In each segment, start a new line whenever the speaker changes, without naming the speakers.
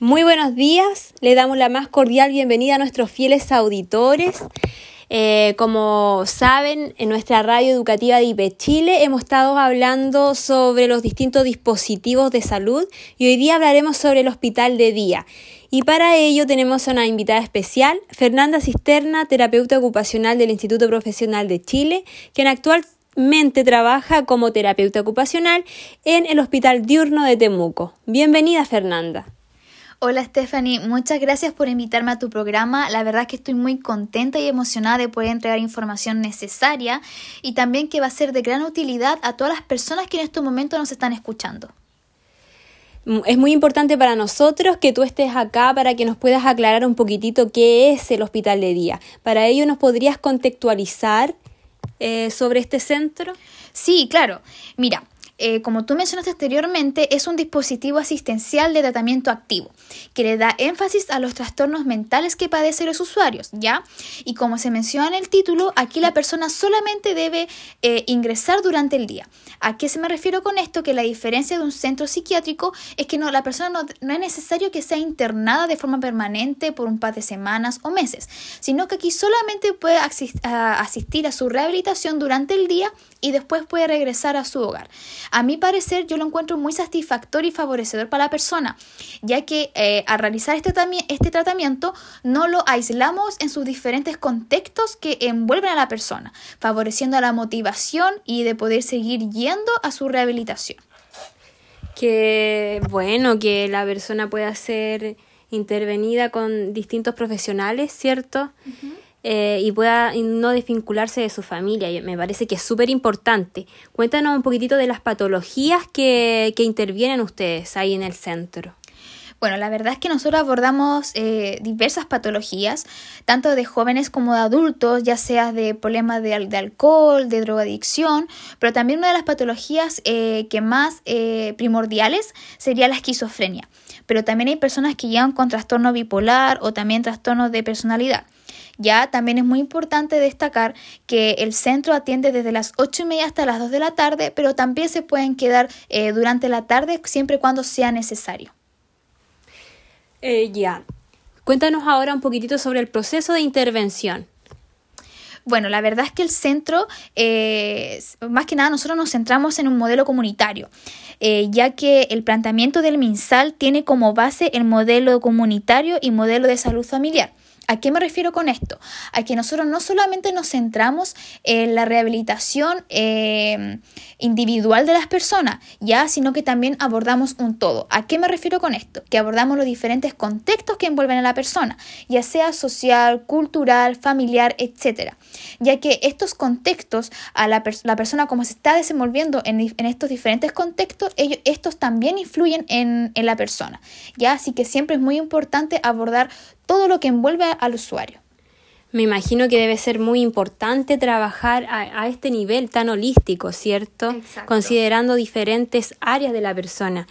Muy buenos días, le damos la más cordial bienvenida a nuestros fieles auditores. Como saben, en nuestra radio educativa de IPE Chile hemos estado hablando sobre los distintos dispositivos de salud y hoy día hablaremos sobre el hospital de día. Y para ello tenemos a una invitada especial, Fernanda Cisterna, terapeuta ocupacional del Instituto Profesional de Chile, quien actualmente trabaja como terapeuta ocupacional en el Hospital Diurno de Temuco. Bienvenida, Fernanda.
Hola Stephanie, muchas gracias por invitarme a tu programa. La verdad es que estoy muy contenta y emocionada de poder entregar información necesaria y también que va a ser de gran utilidad a todas las personas que en estos momentos nos están escuchando.
Es muy importante para nosotros que tú estés acá para que nos puedas aclarar un poquitito qué es el hospital de día. Para ello, ¿nos podrías contextualizar sobre este centro?
Sí, claro. Mira. Como tú mencionaste anteriormente, es un dispositivo asistencial de tratamiento activo que le da énfasis a los trastornos mentales que padecen los usuarios, ¿ya? Y como se menciona en el título, aquí la persona solamente debe ingresar durante el día. ¿A qué se me refiero con esto? Que la diferencia de un centro psiquiátrico es que la persona no es necesario que sea internada de forma permanente por un par de semanas o meses, sino que aquí solamente puede asistir a su rehabilitación durante el día y después puede regresar a su hogar. A mi parecer, yo lo encuentro muy satisfactorio y favorecedor para la persona, ya que al realizar este tratamiento no lo aislamos en sus diferentes contextos que envuelven a la persona, favoreciendo la motivación y de poder seguir yendo a su rehabilitación.
Qué bueno que la persona pueda ser intervenida con distintos profesionales, ¿cierto? Uh-huh. Y pueda no desvincularse de su familia. Me parece que es súper importante. Cuéntanos un poquitito de las patologías que intervienen ustedes ahí en el centro.
Bueno, la verdad es que nosotros abordamos diversas patologías, tanto de jóvenes como de adultos, ya sea de problemas de alcohol, de drogadicción, pero también una de las patologías que más primordiales sería la esquizofrenia. Pero también hay personas que llegan con trastorno bipolar o también trastornos de personalidad. Ya también es muy importante destacar que el centro atiende desde las 8:30 hasta las 2 de la tarde, pero también se pueden quedar durante la tarde siempre y cuando sea necesario.
Ya. Cuéntanos ahora un poquitito sobre el proceso de intervención.
Bueno, la verdad es que el centro, más que nada nosotros nos centramos en un modelo comunitario, ya que el planteamiento del MinSal tiene como base el modelo comunitario y modelo de salud familiar. ¿A qué me refiero con esto? A que nosotros no solamente nos centramos en la rehabilitación individual de las personas, ya, sino que también abordamos un todo. ¿A qué me refiero con esto? Que abordamos los diferentes contextos que envuelven a la persona, ya sea social, cultural, familiar, etc. Ya que estos contextos, a la persona como se está desenvolviendo en estos diferentes contextos, estos también influyen en la persona, ya, así que siempre es muy importante abordar todo lo que envuelve al usuario.
Me imagino que debe ser muy importante trabajar a este nivel tan holístico, ¿cierto?
Exacto.
Considerando diferentes áreas de la persona.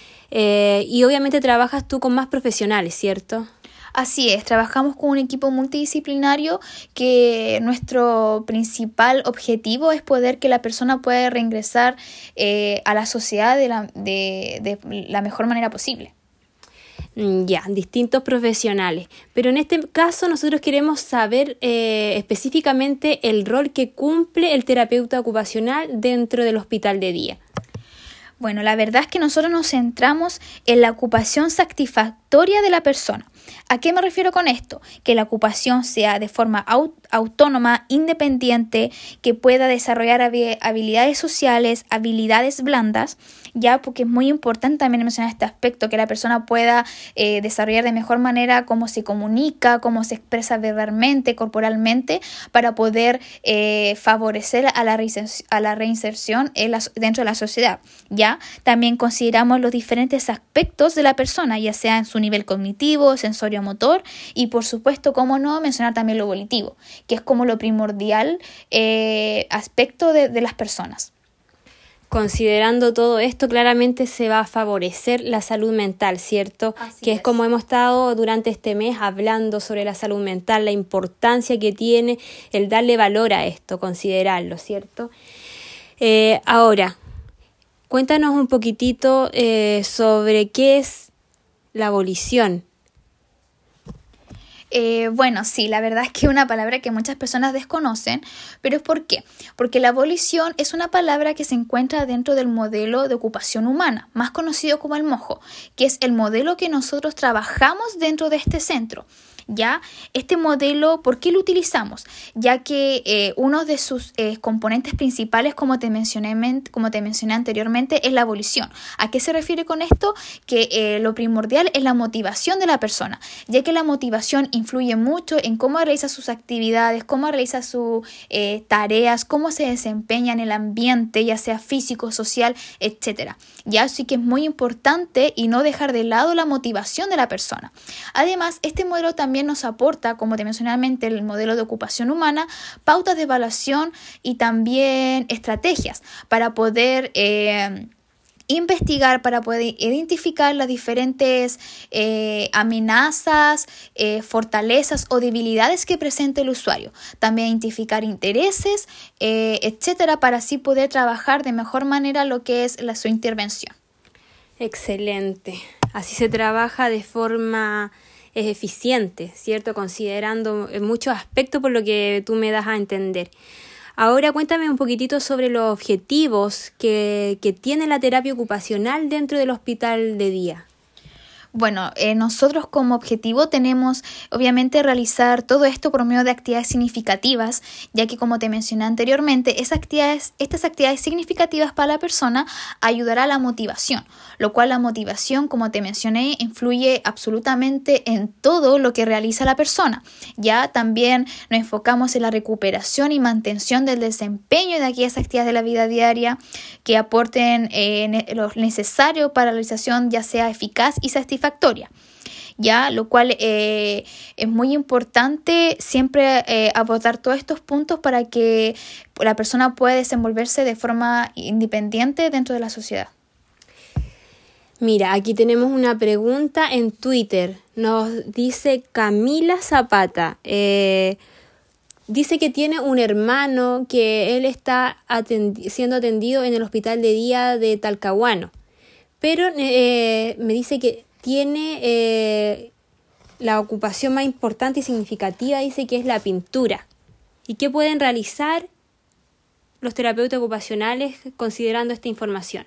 Y obviamente trabajas tú con más profesionales, ¿cierto?
Así es, trabajamos con un equipo multidisciplinario que nuestro principal objetivo es poder que la persona pueda reingresar a la sociedad de la mejor manera posible.
Ya, distintos profesionales. Pero en este caso nosotros queremos saber específicamente el rol que cumple el terapeuta ocupacional dentro del hospital de día.
Bueno, la verdad es que nosotros nos centramos en la ocupación satisfactoria de la persona. ¿A qué me refiero con esto? Que la ocupación sea de forma autónoma, independiente, que pueda desarrollar habilidades sociales, habilidades blandas, ya, porque es muy importante también mencionar este aspecto, que la persona pueda desarrollar de mejor manera cómo se comunica, cómo se expresa verbalmente, corporalmente, para poder favorecer a la reinserción dentro de la sociedad, ¿ya? También consideramos los diferentes aspectos de la persona, ya sea en su nivel cognitivo, sensorio-motor y, por supuesto, cómo no mencionar también lo volitivo, que es como lo primordial aspecto de las personas.
Considerando todo esto, claramente se va a favorecer la salud mental, ¿cierto?
Así
que es como hemos estado durante este mes hablando sobre la salud mental, la importancia que tiene el darle valor a esto, considerarlo, ¿cierto? Ahora, cuéntanos un poquitito sobre qué es la abolición?
Bueno, sí, la verdad es que es una palabra que muchas personas desconocen, pero ¿es por qué? Porque la abolición es una palabra que se encuentra dentro del modelo de ocupación humana, más conocido como el MOJO, que es el modelo que nosotros trabajamos dentro de este centro. ¿Ya? Este modelo, ¿por qué lo utilizamos? Ya que uno de sus componentes principales, como te mencioné anteriormente, es la abolición. ¿A qué se refiere con esto? Que lo primordial es la motivación de la persona, ya que la motivación influye mucho en cómo realiza sus actividades, cómo realiza sus tareas, cómo se desempeña en el ambiente, ya sea físico, social, etc. Ya, así que es muy importante y no dejar de lado la motivación de la persona. Además, este modelo también nos aporta, como te mencioné antes, el modelo de ocupación humana, pautas de evaluación y también estrategias para poder investigar, para poder identificar las diferentes amenazas, fortalezas o debilidades que presenta el usuario. También identificar intereses, etcétera, para así poder trabajar de mejor manera lo que es su intervención.
Excelente. Así se trabaja de forma eficiente, ¿cierto? Considerando muchos aspectos por lo que tú me das a entender. Ahora cuéntame un poquitito sobre los objetivos que tiene la terapia ocupacional dentro del hospital de día.
Bueno, nosotros como objetivo tenemos obviamente realizar todo esto por medio de actividades significativas, ya que como te mencioné anteriormente, estas actividades significativas para la persona ayudará a la motivación, lo cual la motivación, como te mencioné, influye absolutamente en todo lo que realiza la persona. Ya también nos enfocamos en la recuperación y mantención del desempeño de aquellas actividades de la vida diaria que aporten lo necesario para la realización ya sea eficaz y satisfactoria. Ya, lo cual es muy importante siempre aportar todos estos puntos para que la persona pueda desenvolverse de forma independiente dentro de la sociedad.
Mira, aquí tenemos una pregunta en Twitter. Nos dice Camila Zapata. Dice que tiene un hermano que él está siendo atendido en el hospital de día de Talcahuano, pero me dice que tiene la ocupación más importante y significativa, dice que es la pintura. ¿Y qué pueden realizar los terapeutas ocupacionales considerando esta información?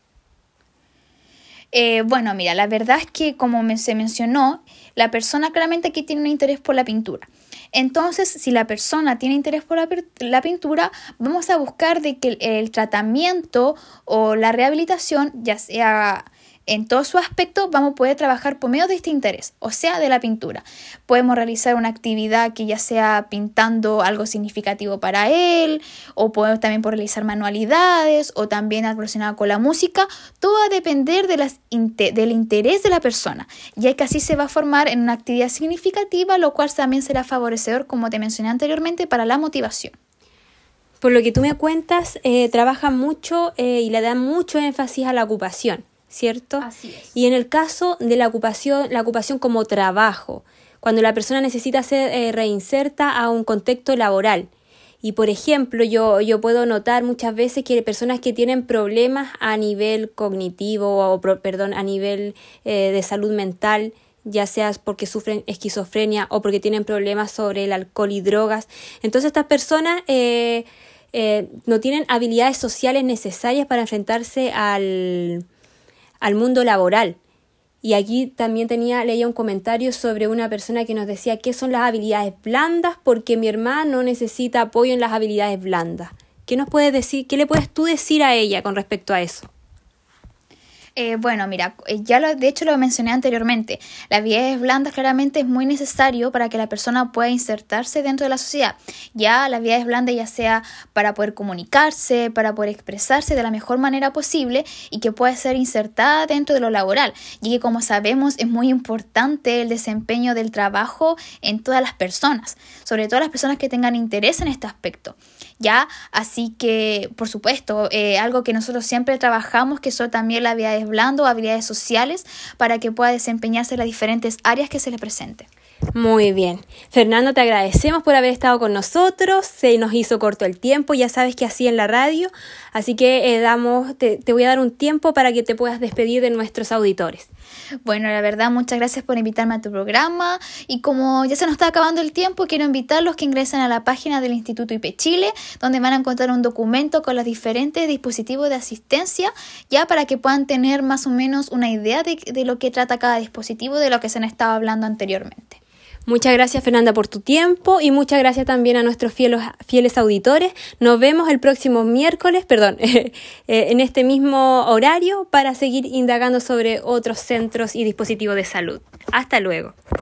Bueno, mira, la verdad es que como se mencionó, la persona claramente aquí tiene un interés por la pintura. Entonces, si la persona tiene interés por la pintura, vamos a buscar de que el tratamiento o la rehabilitación, ya sea en todo su aspecto, vamos a poder trabajar por medio de este interés, o sea, de la pintura. Podemos realizar una actividad que ya sea pintando algo significativo para él, o podemos también realizar manualidades, o también relacionado con la música. Todo va a depender del interés de la persona, ya que así se va a formar en una actividad significativa, lo cual también será favorecedor, como te mencioné anteriormente, para la motivación.
Por lo que tú me cuentas, trabaja mucho y le da mucho énfasis a la ocupación, ¿cierto?
Así es.
Y en el caso de la ocupación como trabajo, cuando la persona necesita ser reinserta a un contexto laboral. Y por ejemplo, yo puedo notar muchas veces que personas que tienen problemas a nivel cognitivo a nivel de salud mental, ya sea porque sufren esquizofrenia o porque tienen problemas sobre el alcohol y drogas. Entonces estas personas no tienen habilidades sociales necesarias para enfrentarse al mundo laboral. Y aquí también leía un comentario sobre una persona que nos decía qué son las habilidades blandas, porque mi hermano necesita apoyo en las habilidades blandas. ¿Qué nos puedes decir? ¿Qué le puedes tú decir a ella con respecto a eso?
Bueno, mira, de hecho lo mencioné anteriormente. Las habilidades blandas claramente es muy necesario para que la persona pueda insertarse dentro de la sociedad. Ya las habilidades blandas ya sea para poder comunicarse, para poder expresarse de la mejor manera posible y que pueda ser insertada dentro de lo laboral. Y que como sabemos es muy importante el desempeño del trabajo en todas las personas, sobre todo las personas que tengan interés en este aspecto. Ya, así que por supuesto, algo que nosotros siempre trabajamos que son también las habilidades blandas o habilidades sociales para que pueda desempeñarse en las diferentes áreas que se le presenten.
Muy bien. Fernando, te agradecemos por haber estado con nosotros. Se nos hizo corto el tiempo, ya sabes que así en la radio. Así que te voy a dar un tiempo para que te puedas despedir de nuestros auditores.
Bueno, la verdad, muchas gracias por invitarme a tu programa. Y como ya se nos está acabando el tiempo, quiero invitarlos que ingresen a la página del Instituto IP Chile, donde van a encontrar un documento con los diferentes dispositivos de asistencia, ya para que puedan tener más o menos una idea de lo que trata cada dispositivo, de lo que se han estado hablando anteriormente.
Muchas gracias, Fernanda, por tu tiempo y muchas gracias también a nuestros fieles auditores. Nos vemos el próximo miércoles, en este mismo horario para seguir indagando sobre otros centros y dispositivos de salud. Hasta luego.